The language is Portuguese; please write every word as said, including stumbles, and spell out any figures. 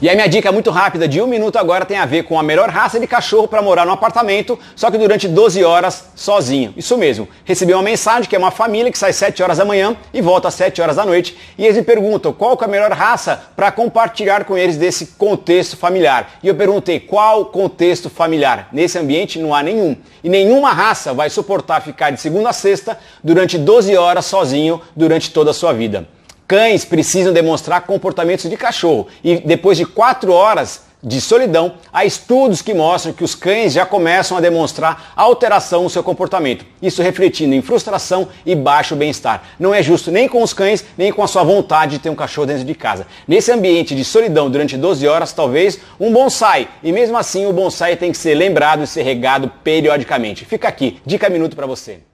E a minha dica muito rápida de um minuto agora tem a ver com a melhor raça de cachorro para morar no apartamento, só que durante doze horas sozinho. Isso mesmo. Recebi uma mensagem que é uma família que sai sete horas da manhã e volta às sete horas da noite e eles me perguntam qual que é a melhor raça para compartilhar com eles desse contexto familiar. E eu perguntei qual contexto familiar. Nesse ambiente não há nenhum. E nenhuma raça vai suportar ficar de segunda a sexta durante doze horas sozinho durante toda a sua vida. Cães precisam demonstrar comportamentos de cachorro e depois de quatro horas de solidão, há estudos que mostram que os cães já começam a demonstrar alteração no seu comportamento, isso refletindo em frustração e baixo bem-estar. Não é justo nem com os cães, nem com a sua vontade de ter um cachorro dentro de casa. Nesse ambiente de solidão durante doze horas, talvez um bonsai, e mesmo assim o bonsai tem que ser lembrado e ser regado periodicamente. Fica aqui, dica minuto para você.